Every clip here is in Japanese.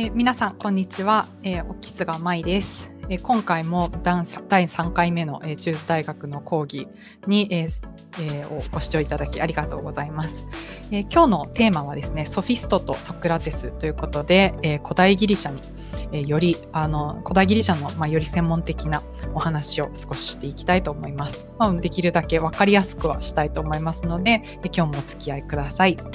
皆さんこんにちは、沖須賀舞です。今回も第3回目の、中津大学の講義に、をご視聴いただきありがとうございます。今日のテーマはですね、ソフィストとソクラテスということで、古代ギリシャに、古代ギリシャの、より専門的なお話を少ししていきたいと思います。できるだけ分かりやすくはしたいと思いますので、今日もお付き合いください。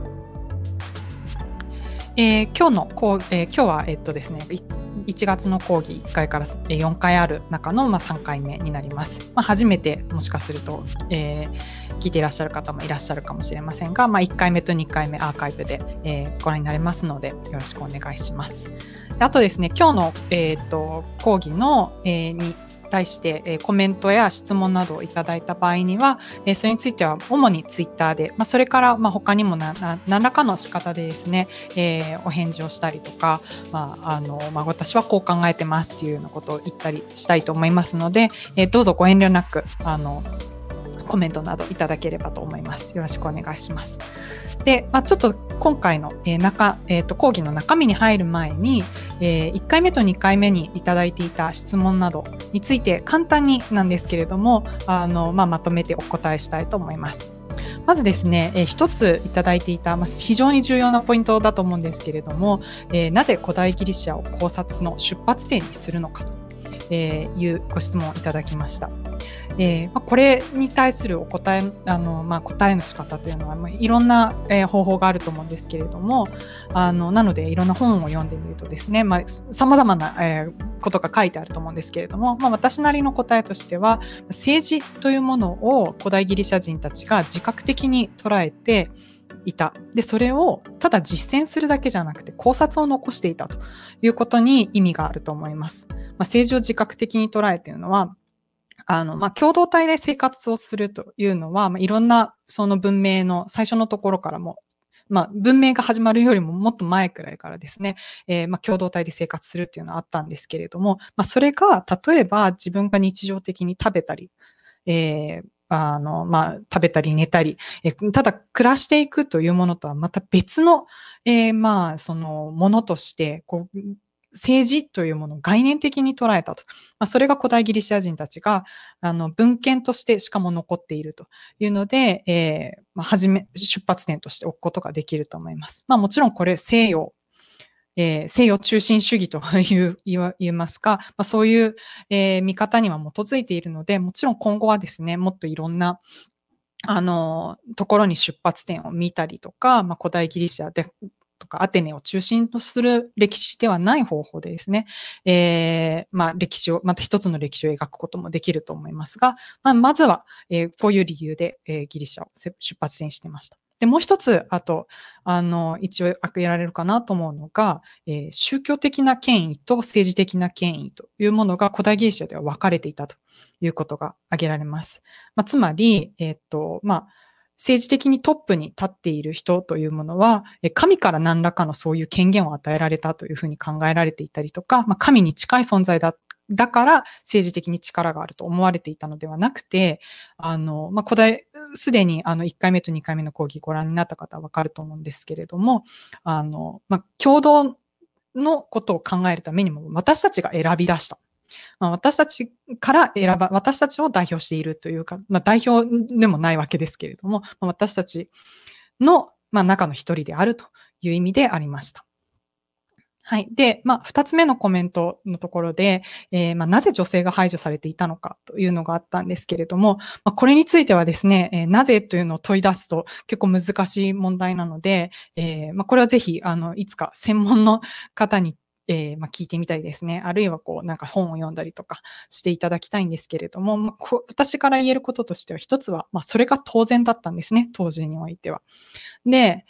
今日はですね、1月の講義1回から4回ある中の3回目になります。初めてもしかすると、聞いていらっしゃる方もいらっしゃるかもしれませんが、1回目と2回目アーカイブで、ご覧になれますのでよろしくお願いします。あとですね、今日の、講義の、に対して、コメントや質問などをいただいた場合には、それについては主にツイッターで、それから他にも何らかの仕方でですね、お返事をしたりとか、私はこう考えてますっていうようなことを言ったりしたいと思いますので、どうぞご遠慮なくコメントなどいただければと思います。よろしくお願いします。で、ちょっと今回の、講義の中身に入る前に、1回目と2回目にいただいていた質問などについて簡単になんですけれども、まとめてお答えしたいと思います。まずですね、一ついただいていた、非常に重要なポイントだと思うんですけれども、なぜ古代ギリシャを考察の出発点にするのかというご質問をいただきました。これに対するお答え、答えの仕方というのは、いろんな、方法があると思うんですけれども、なのでいろんな本を読んでみるとですね、様々な、ことが書いてあると思うんですけれども、私なりの答えとしては、政治というものを古代ギリシャ人たちが自覚的に捉えていた。で、それをただ実践するだけじゃなくて考察を残していたということに意味があると思います。政治を自覚的に捉えているのは、共同体で生活をするというのは、いろんなその文明の最初のところからも、文明が始まるよりももっと前くらいからですね、共同体で生活するっていうのはあったんですけれども、それが例えば自分が日常的に食べたり、食べたり寝たり、ただ暮らしていくというものとはまた別の、そのものとして、政治というものを概念的に捉えたと。それが古代ギリシャ人たちが、文献としてしかも残っているというので、出発点として置くことができると思います。もちろんこれ西洋中心主義と言いますか、そういう、見方には基づいているので、もちろん今後はですね、もっといろんなところに出発点を見たりとか、古代ギリシャでとかアテネを中心とする歴史ではない方法でですね、歴史を、また一つの歴史を描くこともできると思いますが、まずは、こういう理由で、ギリシャを出発点にしてました。で、もう一つ、あと、一応挙げられるかなと思うのが、宗教的な権威と政治的な権威というものが古代ギリシャでは分かれていたということが挙げられます。つまり、政治的にトップに立っている人というものは、神から何らかのそういう権限を与えられたというふうに考えられていたりとか、神に近い存在だから政治的に力があると思われていたのではなくて、すでに1回目と2回目の講義ご覧になった方はわかると思うんですけれども、共同のことを考えるためにも私たちが選び出した。私たちを代表しているというか、代表でもないわけですけれども、私たちの、中の一人であるという意味でありました。はい。で、二つ目のコメントのところで、なぜ女性が排除されていたのかというのがあったんですけれども、これについてはですね、なぜというのを問い出すと結構難しい問題なので、これはぜひ、いつか専門の方に聞いてみたいですね。あるいは本を読んだりとかしていただきたいんですけれども、私から言えることとしては一つは、それが当然だったんですね、当時においては。で、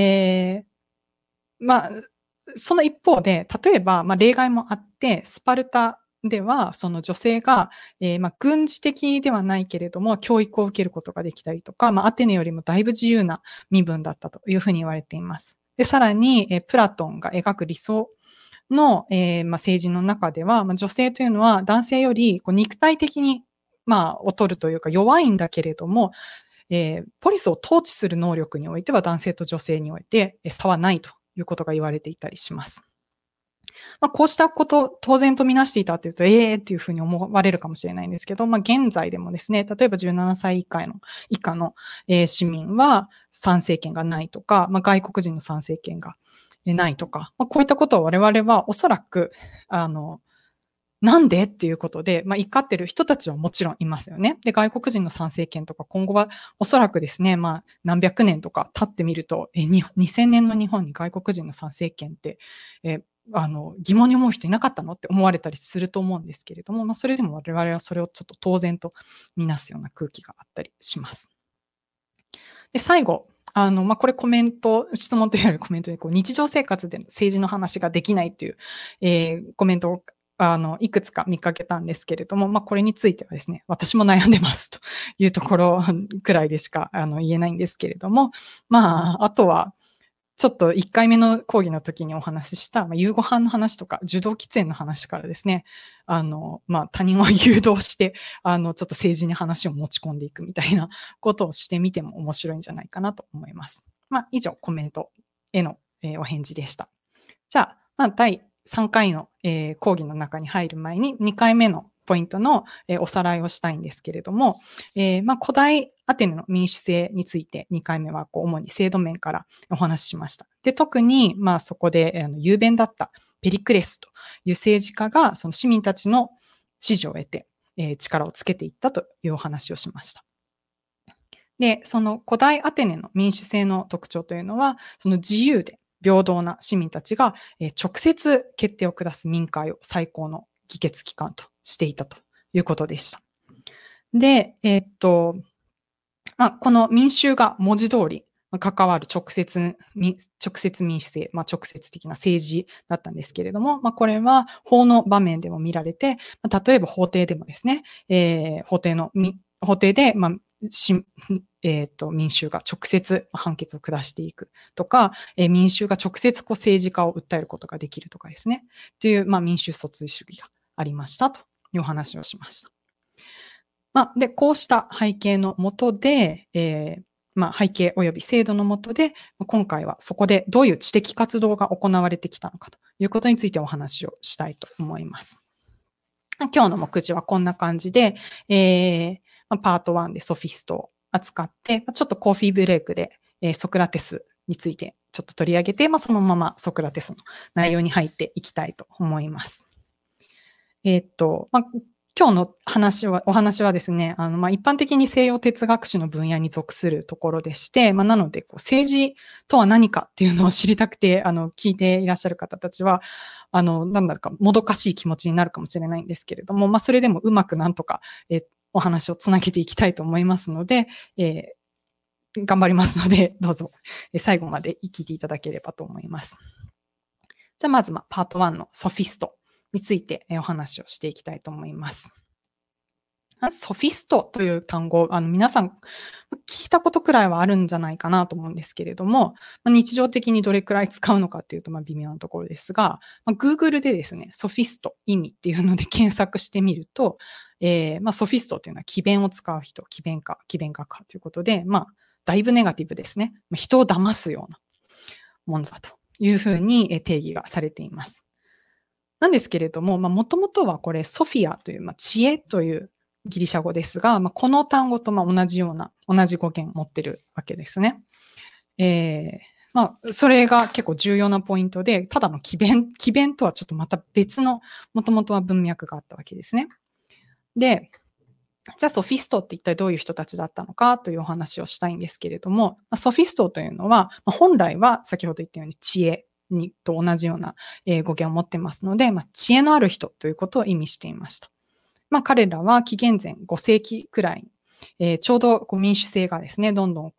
その一方で、例えば、例外もあって、スパルタでは、その女性が、軍事的ではないけれども、教育を受けることができたりとか、アテネよりもだいぶ自由な身分だったというふうに言われています。で、さらに、プラトンが描く理想の、政治の中では、女性というのは男性より肉体的に、劣るというか弱いんだけれども、ポリスを統治する能力においては男性と女性において差はないということが言われていたりします。 こうしたことを当然とみなしていたというと、っていうふうに思われるかもしれないんですけど、現在でもですね、例えば17歳以下の、市民は参政権がないとか、外国人の参政権がないとか、こういったことを我々はおそらく、なんでっていうことで、怒ってる人たちはもちろんいますよね。で、外国人の参政権とか今後はおそらくですね、何百年とか経ってみると、2000年の日本に外国人の参政権って、疑問に思う人いなかったのって思われたりすると思うんですけれども、それでも我々はそれをちょっと当然とみなすような空気があったりします。で、最後、これ質問というよりコメントで、日常生活で政治の話ができないという、コメントをいくつか見かけたんですけれども、これについてはですね、私も悩んでますというところくらいでしか言えないんですけれども、あとは、ちょっと1回目の講義の時にお話しした、夕ご飯の話とか、受動喫煙の話からですね、他人を誘導して、ちょっと政治に話を持ち込んでいくみたいなことをしてみても面白いんじゃないかなと思います。以上、コメントへの、お返事でした。じゃあ、第3回の、講義の中に入る前に2回目のポイントの、おさらいをしたいんですけれども、古代アテネの民主制について2回目は主に制度面からお話ししました。で、特にそこで雄弁だったペリクレスという政治家がその市民たちの支持を得て、力をつけていったというお話をしました。で、その古代アテネの民主制の特徴というのは、その自由で平等な市民たちが直接決定を下す民会を最高の議決機関としていたということでした。で、この民衆が文字通り関わる直接民主制、直接的な政治だったんですけれども、これは法の場面でも見られて、例えば法廷でもですね、法廷で、民衆が直接判決を下していくとか、民衆が直接政治家を訴えることができるとかですね、という、民主訴追主義がありましたというお話をしました。で、こうした背景のもとで、背景及び制度のもとで、今回はそこでどういう知的活動が行われてきたのかということについてお話をしたいと思います。今日の目次はこんな感じで、パート1でソフィストを扱って、ちょっとコーヒーブレイクで、ソクラテスについてちょっと取り上げて、そのままソクラテスの内容に入っていきたいと思います。今日のお話はですね、一般的に西洋哲学史の分野に属するところでして、なので、政治とは何かっていうのを知りたくて、聞いていらっしゃる方たちは、なんだかもどかしい気持ちになるかもしれないんですけれども、それでもうまくなんとか、お話をつなげていきたいと思いますので、頑張りますので、どうぞ、最後まで聞いていただければと思います。じゃあ、まず、パート1のソフィストについてお話をしていきたいと思います。まずソフィストという単語、皆さん聞いたことくらいはあるんじゃないかなと思うんですけれども、日常的にどれくらい使うのかっていうと微妙なところですが、Google でですね、ソフィスト意味っていうので検索してみると、ソフィストというのは詭弁を使う人、詭弁家ということで、だいぶネガティブですね。人を騙すようなものだというふうに定義がされています。なんですけれども、もともとはこれソフィアという、知恵というギリシャ語ですが、この単語と同じ語源を持ってるわけですね。それが結構重要なポイントで、ただの詭弁とはちょっとまた別の、もともとは文脈があったわけですね。で、じゃあソフィストって一体どういう人たちだったのかというお話をしたいんですけれども、ソフィストというのは、本来は先ほど言ったように知恵と同じような語源を持ってますので、知恵のある人ということを意味していました。彼らは紀元前5世紀くらい、ちょうど民主制がですね、どんどん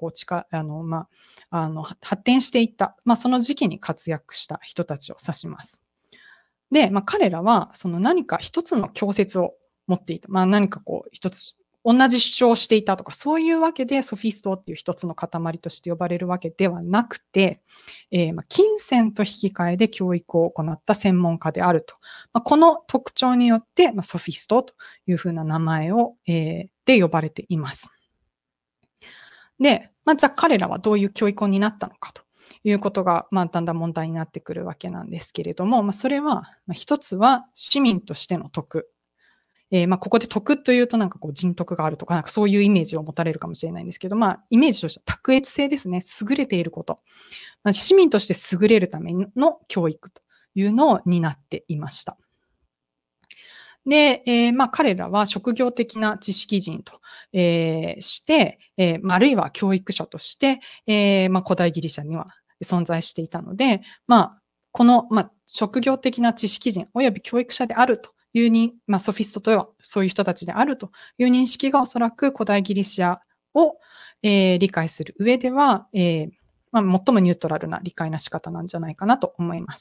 発展していった、その時期に活躍した人たちを指します。で、彼らはその何か一つの教説を持っていた、何か一つ同じ主張をしていたとか、そういうわけでソフィストっていう一つの塊として呼ばれるわけではなくて、金銭と引き換えで教育を行った専門家であると。この特徴によって、ソフィストというふうな名前を、で呼ばれています。で、じゃあ彼らはどういう教育を担ったのかということが、だんだん問題になってくるわけなんですけれども、それは、一つは市民としての徳。ここで徳というとなんかこう人徳があるとか、なんかそういうイメージを持たれるかもしれないんですけど、イメージとしては卓越性ですね。優れていること。市民として優れるための教育というのを担っていました。で、彼らは職業的な知識人と、して、あるいは教育者として、古代ギリシャには存在していたので、この、職業的な知識人および教育者であるというに、ソフィストとはそういう人たちであるという認識がおそらく古代ギリシャを、理解する上では、最もニュートラルな理解の仕方なんじゃないかなと思います。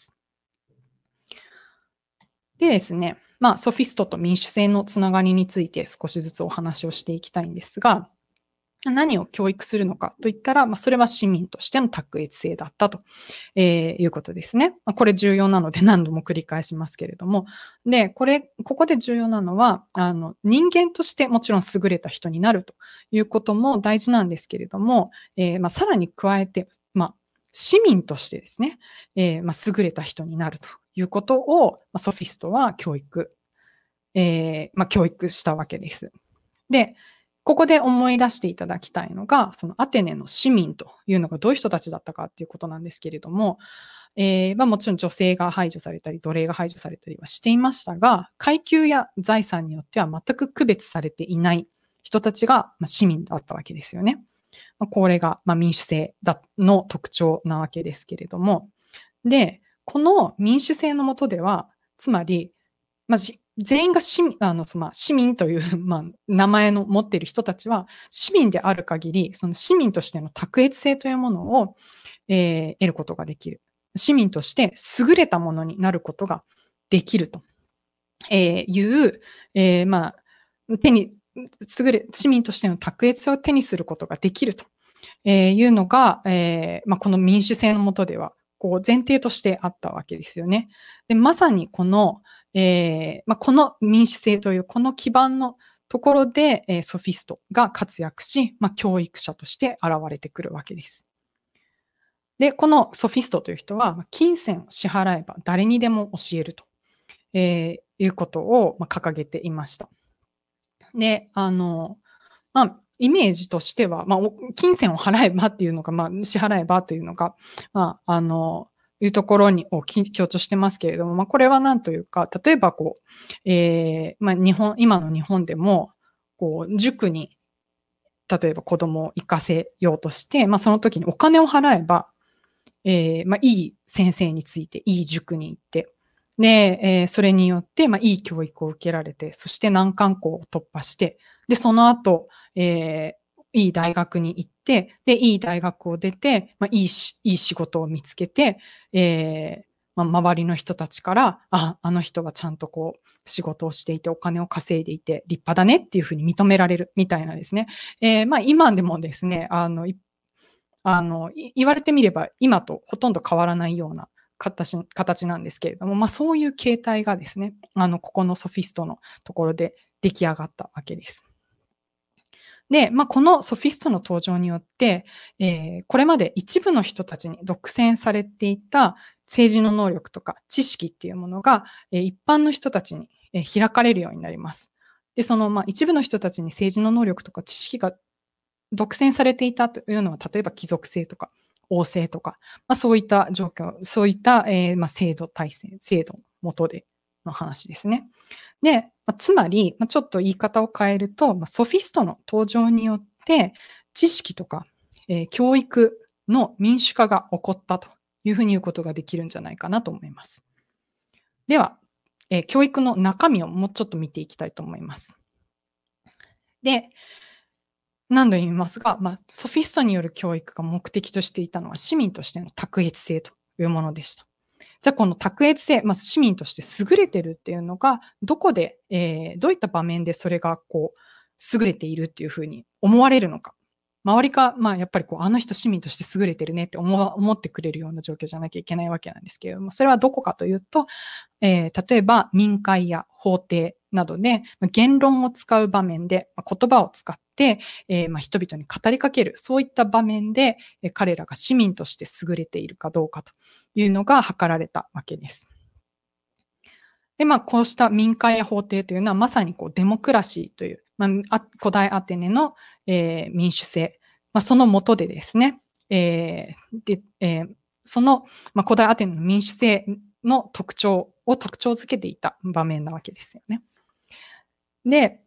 でですね、ソフィストと民主制のつながりについて少しずつお話をしていきたいんですが、何を教育するのかといったら、それは市民としての卓越性だったと、いうことですね。これ重要なので何度も繰り返しますけれども。で、ここで重要なのは、人間としてもちろん優れた人になるということも大事なんですけれども、さらに加えて、市民としてですね、優れた人になるということを、ソフィストは教育したわけです。で、ここで思い出していただきたいのが、そのアテネの市民というのがどういう人たちだったかっていうことなんですけれども、もちろん女性が排除されたり、奴隷が排除されたりはしていましたが、階級や財産によっては全く区別されていない人たちが市民だったわけですよね。これが民主制の特徴なわけですけれども、で、この民主制の下では、つまり、全員が市民という、名前の持っている人たちは、市民である限り、その市民としての卓越性というものを、得ることができる。市民として優れたものになることができるという、市民としての卓越性を手にすることができるというのが、この民主制の下では、こう前提としてあったわけですよね。で、まさにこの、この民主制というこの基盤のところで、ソフィストが活躍し、教育者として現れてくるわけです。で、このソフィストという人は、金銭を支払えば誰にでも教えると、いうことを、掲げていました。で、イメージとしては、金銭を払えばっていうのが、支払えばというのが、いうところを強調してますけれども、これは何というか、例えばこう、今の日本でも、こう、塾に、例えば子供を行かせようとして、その時にお金を払えば、いい先生について、いい塾に行って、で、それによって、いい教育を受けられて、そして難関校を突破して、で、その後、いい大学に行って、で、いい大学を出て、いい仕事を見つけて、周りの人たちから、あの人はちゃんとこう、仕事をしていて、お金を稼いでいて、立派だねっていうふうに認められるみたいなですね。今でもですね、言われてみれば、今とほとんど変わらないような形なんですけれども、そういう形態がですね、ここのソフィストのところで出来上がったわけです。で、このソフィストの登場によって、これまで一部の人たちに独占されていた政治の能力とか知識っていうものが、一般の人たちに、開かれるようになります。で、その、一部の人たちに政治の能力とか知識が独占されていたというのは、例えば貴族性とか王政とか、そういった状況、そういった、制度の下での話ですね。で、つまり、ちょっと言い方を変えると、ソフィストの登場によって、知識とか、教育の民主化が起こったというふうに言うことができるんじゃないかなと思います。では、教育の中身をもうちょっと見ていきたいと思います。で、何度言いますが、ソフィストによる教育が目的としていたのは市民としての卓越性というものでした。じゃあこの卓越性、市民として優れてるっていうのが、どこで、どういった場面でそれがこう、優れているっていうふうに思われるのか。周りが、やっぱりこう、あの人市民として優れてるねって思ってくれるような状況じゃなきゃいけないわけなんですけれども、それはどこかというと、例えば民会や法廷などで言論を使う場面で言葉を使って、人々に語りかける、そういった場面で彼らが市民として優れているかどうかというのが測られたわけです。で、こうした民会や法廷というのはまさにデモクラシーという、古代アテネの、民主制、その下でですね、その、古代アテネの民主制の特徴づけていた場面なわけですよね。で、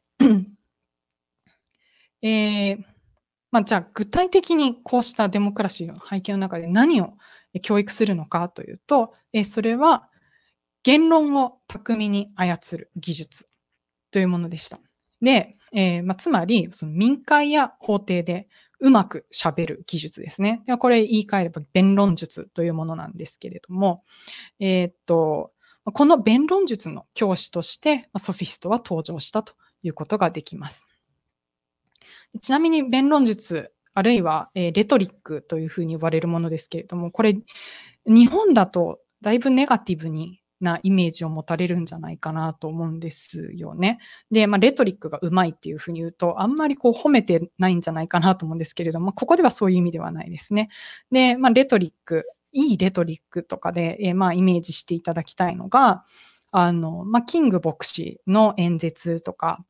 じゃあ具体的にこうしたデモクラシーの背景の中で何を教育するのかというと、それは言論を巧みに操る技術というものでした。で、つまりその民会や法廷でうまく喋る技術ですね。これ言い換えれば弁論術というものなんですけれども、この弁論術の教師としてソフィストは登場したということができます。ちなみに弁論術、あるいはレトリックというふうに言われるものですけれども、これ日本だとだいぶネガティブなイメージを持たれるんじゃないかなと思うんですよね。で、レトリックがうまいっていうふうに言うと、あんまり褒めてないんじゃないかなと思うんですけれども、ここではそういう意味ではないですね。で、レトリック、いいレトリックとかで、イメージしていただきたいのが、キング牧師の演説とか、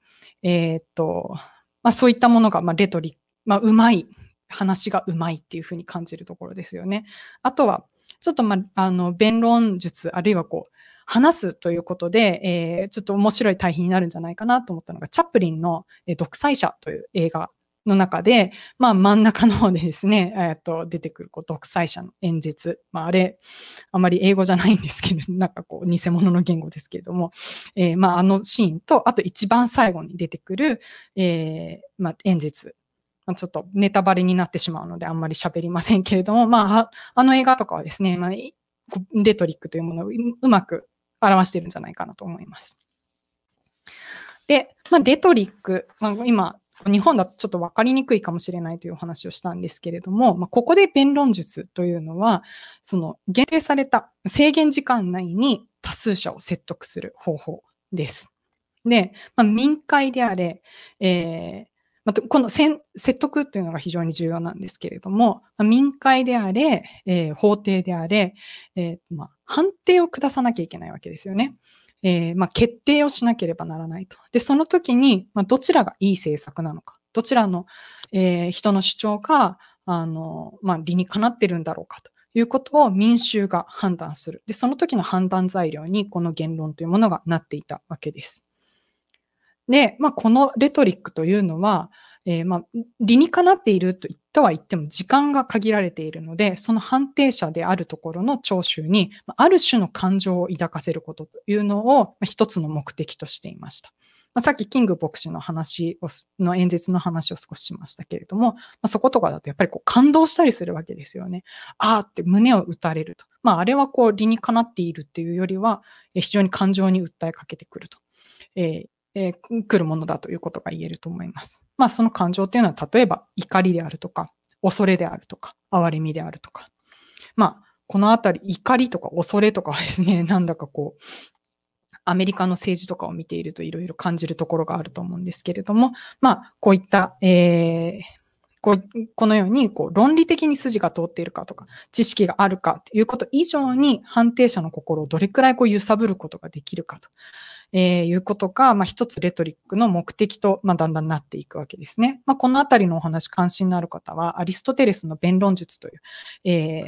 そういったものが、レトリック、うまい、話がうまいっていうふうに感じるところですよね。あとは、ちょっと弁論術、あるいは話すということで、ちょっと面白い対比になるんじゃないかなと思ったのが、チャップリンの独裁者という映画の中で、真ん中の方でですね、出てくる独裁者の演説。あれ、あまり英語じゃないんですけど、偽物の言語ですけれども、あのシーンと、あと一番最後に出てくる、演説。ちょっとネタバレになってしまうのであんまり喋りませんけれども、あの映画とかはですね、レトリックというものをうまく表しているんじゃないかなと思います。で、レトリック、今、日本だとちょっと分かりにくいかもしれないというお話をしたんですけれども、ここで弁論術というのは、その限定された制限時間内に多数者を説得する方法です。で、民会であれ、この説得というのが非常に重要なんですけれども、民会であれ、法廷であれ、判定を下さなきゃいけないわけですよね。決定をしなければならないと。で、その時に、どちらがいい政策なのか、どちらの、人の主張が、理にかなってるんだろうかということを民衆が判断する。で、その時の判断材料にこの言論というものがなっていたわけです。で、このレトリックというのは、理にかなっているとは言っても時間が限られているので、その判定者であるところの聴衆に、ある種の感情を抱かせることというのを一つの目的としていました。さっきキング牧師の演説の話を少ししましたけれども、そことかだとやっぱり感動したりするわけですよね。あーって胸を打たれると。あれは理にかなっているっていうよりは、非常に感情に訴えかけてくると。来るものだということが言えると思います。その感情というのは、例えば怒りであるとか、恐れであるとか、哀れみであるとか。このあたり、怒りとか恐れとかはですね、なんだかアメリカの政治とかを見ているといろいろ感じるところがあると思うんですけれども、こういった、このように論理的に筋が通っているかとか、知識があるかということ以上に判定者の心をどれくらい揺さぶることができるかということが、一つレトリックの目的と、だんだんなっていくわけですね。このあたりのお話関心のある方は、アリストテレスの弁論術という、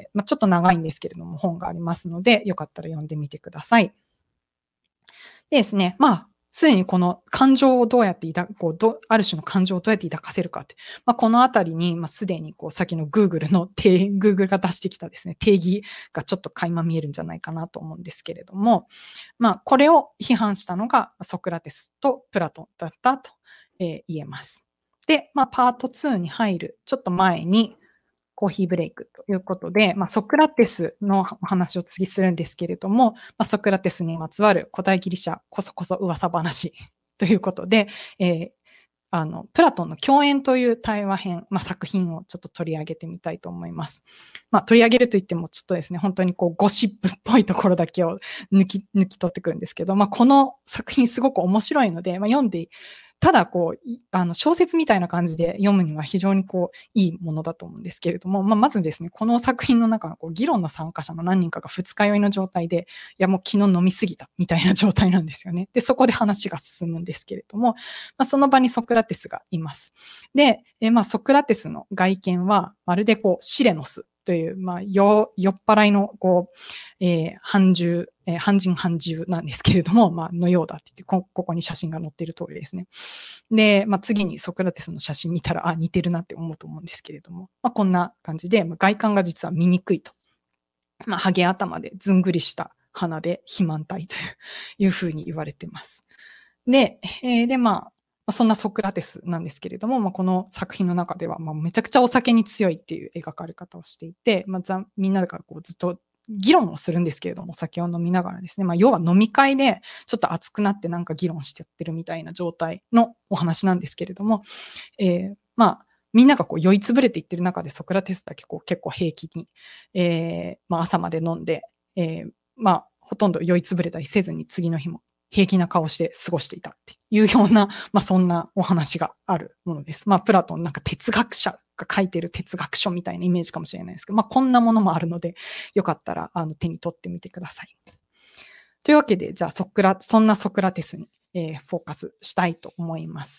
ちょっと長いんですけれども本がありますので、よかったら読んでみてください。でですね、すでにこの感情をどうやってある種の感情をどうやって抱かせるかって、このあたりに、すでに先の Google が出してきたですね、定義がちょっと垣間見えるんじゃないかなと思うんですけれども、これを批判したのがソクラテスとプラトンだったと、言えます。で、パート2に入るちょっと前に、コーヒーブレイクということで、ソクラテスのお話を次するんですけれども、ソクラテスにまつわる古代ギリシャこそこそ噂話ということで、 プラトンの共演という対話編、作品をちょっと取り上げてみたいと思います。取り上げるといってもちょっとですね、本当にこうゴシップっぽいところだけを抜き取ってくるんですけど、この作品すごく面白いので、読んで、ただこう、小説みたいな感じで読むには非常にこう、いいものだと思うんですけれども、まずですね、この作品の中のこう議論の参加者の何人かが二日酔いの状態で、いやもう昨日飲みすぎたみたいな状態なんですよね。で、そこで話が進むんですけれども、その場にソクラテスがいます。で、ソクラテスの外見は、まるでこう、シレノスという、酔っ払いの、こう、半人半獣なんですけれども、のようだって言ってここに写真が載っている通りですね。で、次にソクラテスの写真見たら、似てるなって思うと思うんですけれども、こんな感じで、外観が実は見にくいと。ハゲ頭でずんぐりした鼻で肥満体というふうに言われています。で、そんなソクラテスなんですけれども、この作品の中では、めちゃくちゃお酒に強いっていう描かれ方をしていて、みんながこうずっと議論をするんですけれども、お酒を飲みながらですね、要は飲み会でちょっと熱くなってなんか議論してやってるみたいな状態のお話なんですけれども、みんながこう酔いつぶれていってる中でソクラテスだけこう結構平気に、朝まで飲んで、ほとんど酔いつぶれたりせずに次の日も平気な顔して過ごしていたっていうような、そんなお話があるものです。プラトンなんか哲学者が書いてる哲学書みたいなイメージかもしれないですけど、こんなものもあるので、よかったら手に取ってみてください。というわけで、じゃあそんなソクラテスに、フォーカスしたいと思います。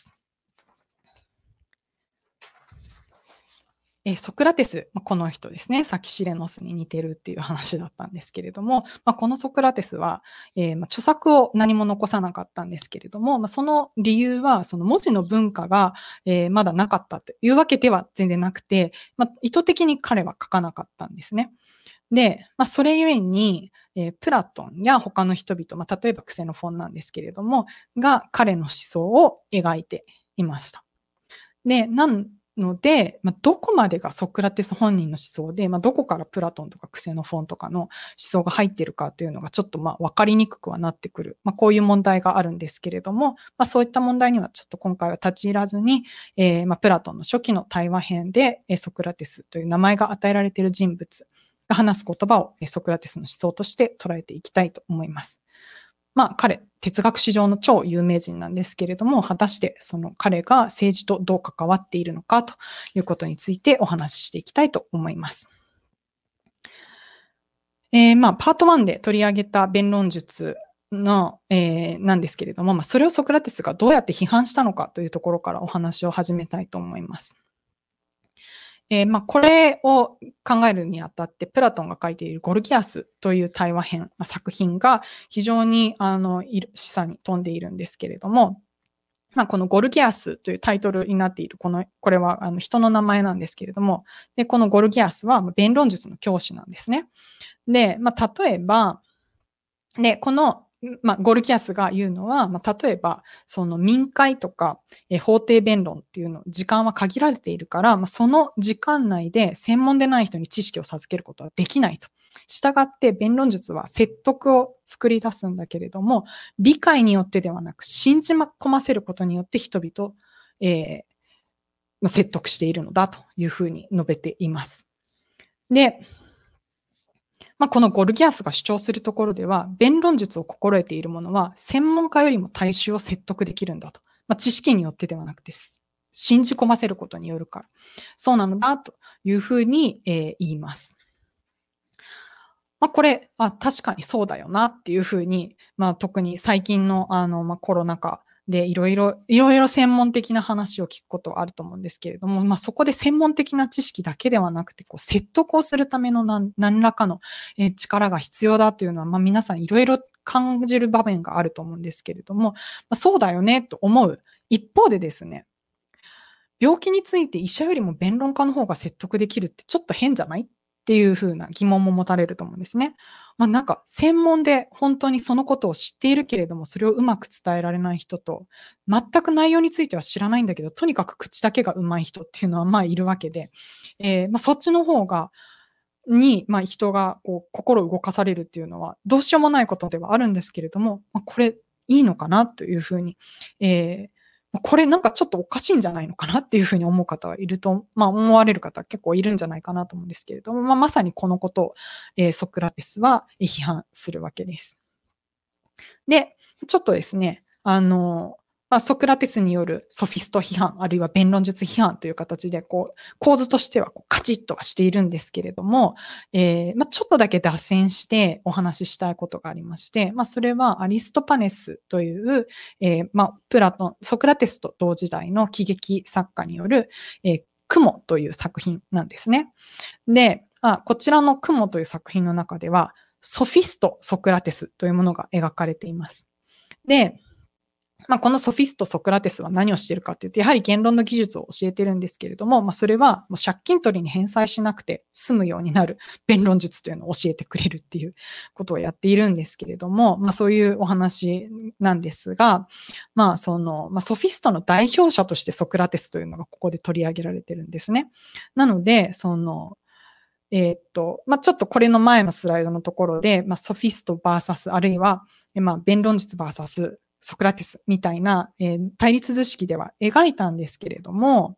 ソクラテス、この人ですね、さっきシレノスに似てるっていう話だったんですけれども、このソクラテスは、著作を何も残さなかったんですけれども、その理由は、その文字の文化が、まだなかったというわけでは全然なくて、意図的に彼は書かなかったんですね。で、それゆえに、プラトンや他の人々、例えばクセノフォンなんですけれども、が彼の思想を描いていました。で、なので、どこまでがソクラテス本人の思想で、どこからプラトンとかクセノフォンとかの思想が入っているかというのがちょっと分かりにくくはなってくる。こういう問題があるんですけれども、そういった問題にはちょっと今回は立ち入らずに、プラトンの初期の対話編で、ソクラテスという名前が与えられている人物が話す言葉をソクラテスの思想として捉えていきたいと思います。彼、哲学史上の超有名人なんですけれども、果たしてその彼が政治とどう関わっているのかということについてお話ししていきたいと思います。パート1で取り上げた弁論術の、なんですけれども、それをソクラテスがどうやって批判したのかというところからお話を始めたいと思います。これを考えるにあたって、プラトンが書いているゴルギアスという対話編、作品が非常に示唆に富んでいるんですけれども、このゴルギアスというタイトルになっている、これは人の名前なんですけれども、で、このゴルギアスは弁論術の教師なんですね。で、例えば、で、このゴルキアスが言うのは、例えば、その民会とか、法廷弁論っていうの、時間は限られているから、その時間内で専門でない人に知識を授けることはできないと。したがって、弁論術は説得を作り出すんだけれども、理解によってではなく、信じ込ませることによって人々を、説得しているのだというふうに述べています。で、このゴルギアスが主張するところでは、弁論術を心得ている者は、専門家よりも大衆を説得できるんだと。知識によってではなくて、信じ込ませることによるから。そうなのだというふうに、言います。これ、確かにそうだよなっていうふうに、特に最近のコロナ禍でいろいろ専門的な話を聞くことはあると思うんですけれども、そこで専門的な知識だけではなくて、説得をするための何らかの力が必要だというのは、皆さんいろいろ感じる場面があると思うんですけれども、そうだよねと思う一方でですね、病気について医者よりも弁論家の方が説得できるってちょっと変じゃないっていうふうな疑問も持たれると思うんですね。なんか専門で本当にそのことを知っているけれども、それをうまく伝えられない人と、全く内容については知らないんだけど、とにかく口だけが上手い人っていうのはいるわけで、そっちの方が、人が心動かされるっていうのは、どうしようもないことではあるんですけれども、これいいのかなというふうに、 これなんかちょっとおかしいんじゃないのかなっていうふうに思う方はいると、思われる方結構いるんじゃないかなと思うんですけれども、まさにこのことを、ソクラテスは批判するわけです。で、ちょっとですね、ソクラテスによるソフィスト批判、あるいは弁論術批判という形で、構図としてはカチッとはしているんですけれども、ちょっとだけ脱線してお話ししたいことがありまして、それはアリストパネスという、ソクラテスと同時代の喜劇作家による、雲という作品なんですね。で、こちらの雲という作品の中では、ソフィスト・ソクラテスというものが描かれています。で、このソフィスト・ソクラテスは何をしているかというと、やはり言論の技術を教えてるんですけれども、それはもう借金取りに返済しなくて済むようになる弁論術というのを教えてくれるっていうことをやっているんですけれども、そういうお話なんですが、ソフィストの代表者としてソクラテスというのがここで取り上げられてるんですね。なので、ちょっとこれの前のスライドのところで、ソフィスト VS あるいは、弁論術 VS ソクラテスみたいな、対立図式では描いたんですけれども、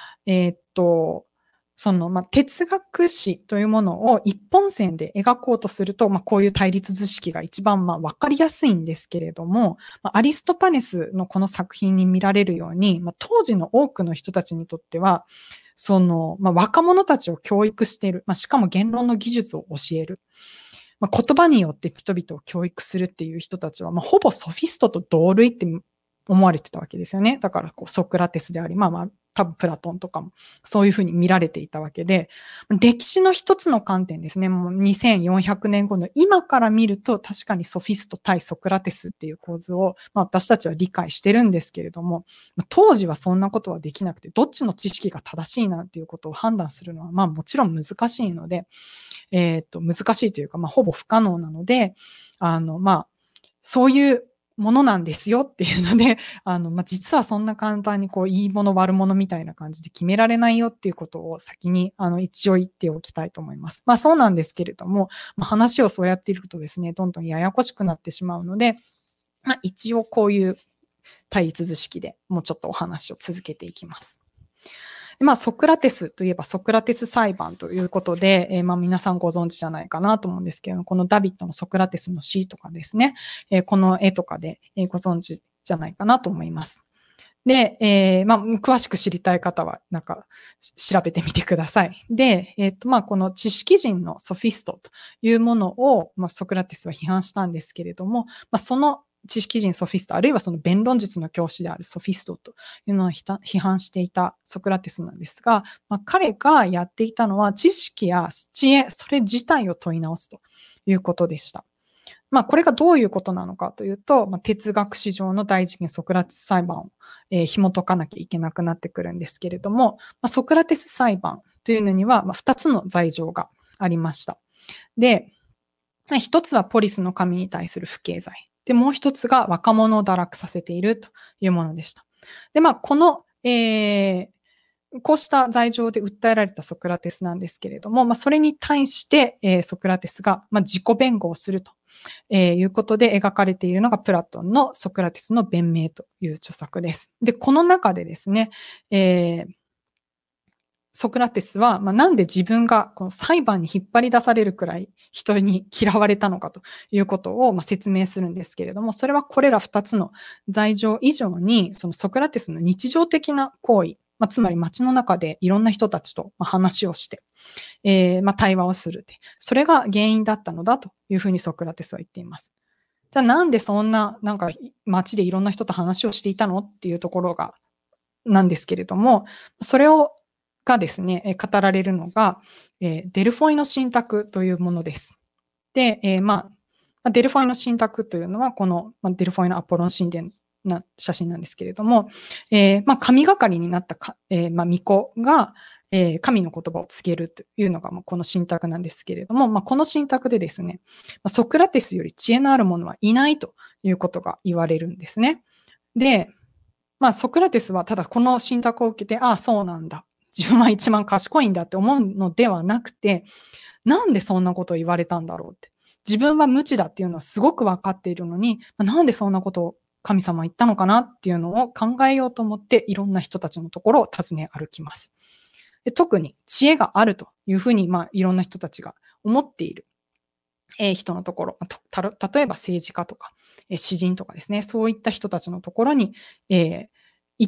哲学史というものを一本線で描こうとすると、こういう対立図式が一番わかりやすいんですけれども、アリストパネスのこの作品に見られるように、当時の多くの人たちにとっては、若者たちを教育している、しかも言論の技術を教える。言葉によって人々を教育するっていう人たちは、ほぼソフィストと同類って思われてたわけですよね。だからソクラテスであり、多分プラトンとかもそういうふうに見られていたわけで、歴史の一つの観点ですね、もう2400年後の今から見ると確かにソフィスト対ソクラテスっていう構図を、私たちは理解してるんですけれども、当時はそんなことはできなくて、どっちの知識が正しいなっていうことを判断するのは、もちろん難しいので、難しいというか、ほぼ不可能なので、そういうものなんですよっていうので、実はそんな簡単にいいもの悪者みたいな感じで決められないよっていうことを先に一応言っておきたいと思います。そうなんですけれども、話をそうやっているとですね、どんどんややこしくなってしまうので、一応こういう対立図式でもうちょっとお話を続けていきます。ソクラテスといえばソクラテス裁判ということで、皆さんご存知じゃないかなと思うんですけど、このダビッドのソクラテスの詩とかですね、この絵とかでご存知じゃないかなと思います。で、詳しく知りたい方は、調べてみてください。で、この知識人のソフィストというものを、ソクラテスは批判したんですけれども、その知識人ソフィスト、あるいはその弁論術の教師であるソフィストというのを批判していたソクラテスなんですが、彼がやっていたのは知識や知恵、それ自体を問い直すということでした。これがどういうことなのかというと、哲学史上の大事件ソクラテス裁判を、紐解かなきゃいけなくなってくるんですけれども、ソクラテス裁判というのには、2つの罪状がありました。で、一つはポリスの神に対する不敬罪。で、もう一つが若者を堕落させているというものでした。で、この、こうした罪状で訴えられたソクラテスなんですけれども、それに対して、ソクラテスが、自己弁護をすると、いうことで描かれているのがプラトンのソクラテスの弁明という著作です。で、この中でですね、ソクラテスは、なんで自分がこの裁判に引っ張り出されるくらい人に嫌われたのかということを説明するんですけれども、それはこれら2つの罪状以上に、そのソクラテスの日常的な行為、つまり街の中でいろんな人たちと話をして、対話をする。それが原因だったのだというふうにソクラテスは言っています。じゃあなんでそんな、街でいろんな人と話をしていたのっていうところが、なんですけれども、それがですね、語られるのが、デルフォイの信託というものです。で、デルフォイの信託というのは、このデルフォイのアポロン神殿な写真なんですけれども、神がかりになった巫女が、神の言葉を告げるというのがこの信託なんですけれども、この信託でですね、ソクラテスより知恵のある者はいないということが言われるんですね。で、ソクラテスはただこの信託を受けて、そうなんだ。自分は一番賢いんだって思うのではなくて、なんでそんなことを言われたんだろうって。自分は無知だっていうのはすごく分かっているのに、なんでそんなこと神様言ったのかなっていうのを考えようと思っていろんな人たちのところを訪ね歩きます。で、特に知恵があるというふうに、いろんな人たちが思っている、人のところ、例えば政治家とか、詩人とかですね、そういった人たちのところに、行って、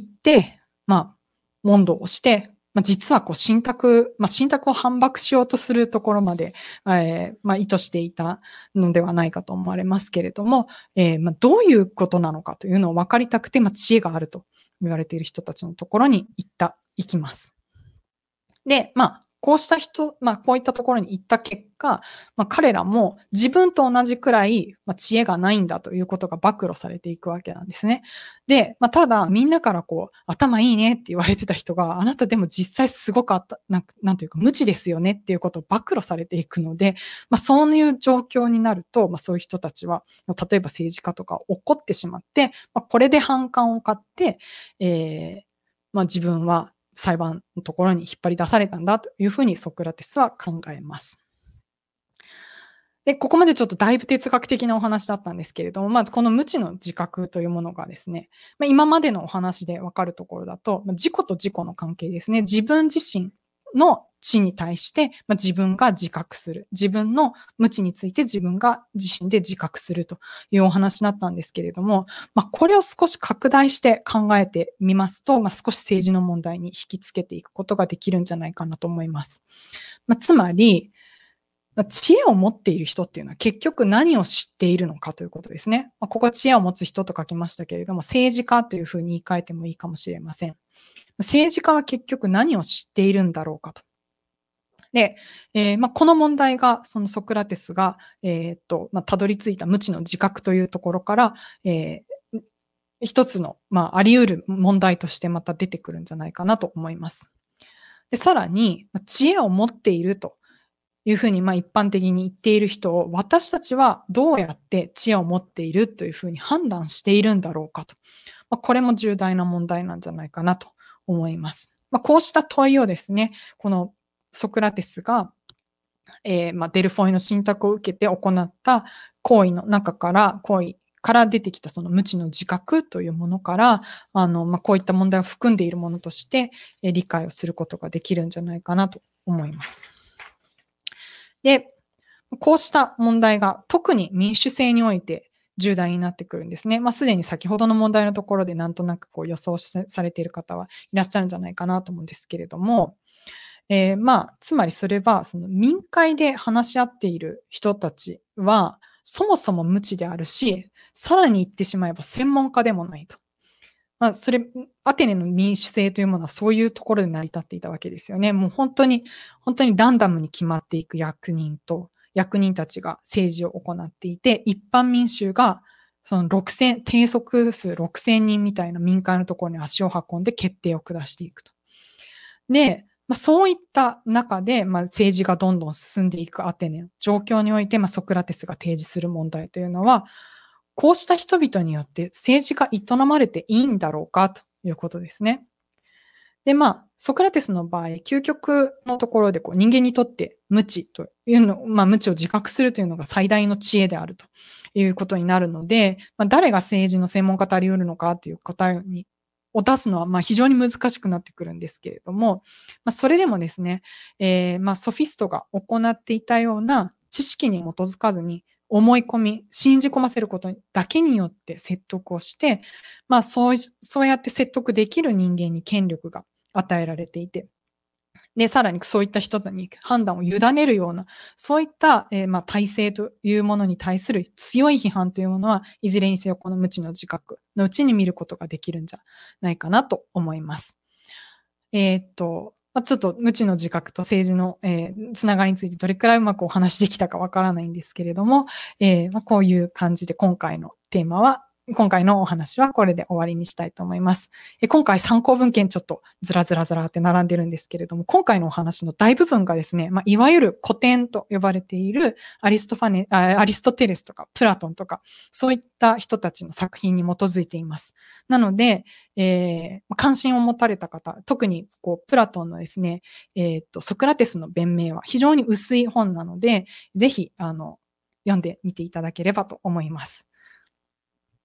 問答をして、実はこう信託を反駁しようとするところまで、意図していたのではないかと思われますけれども、どういうことなのかというのを分かりたくて、知恵があると言われている人たちのところに行きます。で、こうした人、こういったところに行った結果、彼らも自分と同じくらい、知恵がないんだということが暴露されていくわけなんですね。で、ただ、みんなからこう、頭いいねって言われてた人が、あなたでも実際すごくなんというか、無知ですよねっていうことを暴露されていくので、そういう状況になると、そういう人たちは、例えば政治家とか怒ってしまって、これで反感を買って、自分は裁判のところに引っ張り出されたんだというふうにソクラテスは考えます。で、ここまでちょっとだいぶ哲学的なお話だったんですけれども、まずこの無知の自覚というものがですね、今までのお話でわかるところだと、自己と自己の関係ですね。自分自身の知に対して、自分が自覚する。自分の無知について自分が自身で自覚するというお話だったんですけれども、これを少し拡大して考えてみますと、少し政治の問題に引きつけていくことができるんじゃないかなと思います。つまり、知恵を持っている人っていうのは結局何を知っているのかということですね。ここは知恵を持つ人と書きましたけれども、政治家というふうに言い換えてもいいかもしれません。政治家は結局何を知っているんだろうかと。で、この問題がそのソクラテスが、たどり着いた無知の自覚というところから、一つの、あり得る問題としてまた出てくるんじゃないかなと思います。で、さらに、知恵を持っているというふうに一般的に言っている人を、私たちはどうやって知恵を持っているというふうに判断しているんだろうかと。これも重大な問題なんじゃないかなと思います。こうした問いをですね、このソクラテスが、デルフォイの信託を受けて行った行為から出てきたその無知の自覚というものから、こういった問題を含んでいるものとして、理解をすることができるんじゃないかなと思います。で、こうした問題が特に民主制において重大になってくるんですね。すでに先ほどの問題のところでなんとなくこう予想されている方はいらっしゃるんじゃないかなと思うんですけれども、つまりそれはその民会で話し合っている人たちはそもそも無知であるし、さらに言ってしまえば専門家でもないと。アテネの民主制というものはそういうところで成り立っていたわけですよね。もう本当にランダムに決まっていく役人たちが政治を行っていて、一般民衆がその定則数6000人みたいな民間のところに足を運んで決定を下していくと。で、そういった中で、政治がどんどん進んでいくアテネの状況において、ソクラテスが提示する問題というのは、こうした人々によって政治が営まれていいんだろうかということですね。で、ソクラテスの場合、究極のところで人間にとって無知というの、無知を自覚するというのが最大の知恵であるということになるので、誰が政治の専門家とあり得るのかという答えを出すのは非常に難しくなってくるんですけれども、それでもですね、ソフィストが行っていたような知識に基づかずに思い込み、信じ込ませることだけによって説得をして、そうやって説得できる人間に権力が与えられていて、で、さらにそういった人に判断を委ねるような、そういった、体制というものに対する強い批判というものは、いずれにせよこの無知の自覚のうちに見ることができるんじゃないかなと思います。ちょっと無知の自覚と政治の、つながりについてどれくらいうまくお話できたかわからないんですけれども、こういう感じで今回のお話はこれで終わりにしたいと思います。今回参考文献ちょっとずらって並んでるんですけれども、今回のお話の大部分がですね、いわゆる古典と呼ばれているアリストテレスとかプラトンとか、そういった人たちの作品に基づいています。なので、関心を持たれた方、特にプラトンのですね、ソクラテスの弁明は非常に薄い本なので、ぜひ読んでみていただければと思います。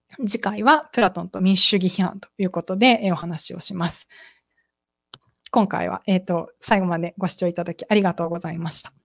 次回はプラトンと民主主義批判ということで、お話をします。今回は、最後までご視聴いただきありがとうございました。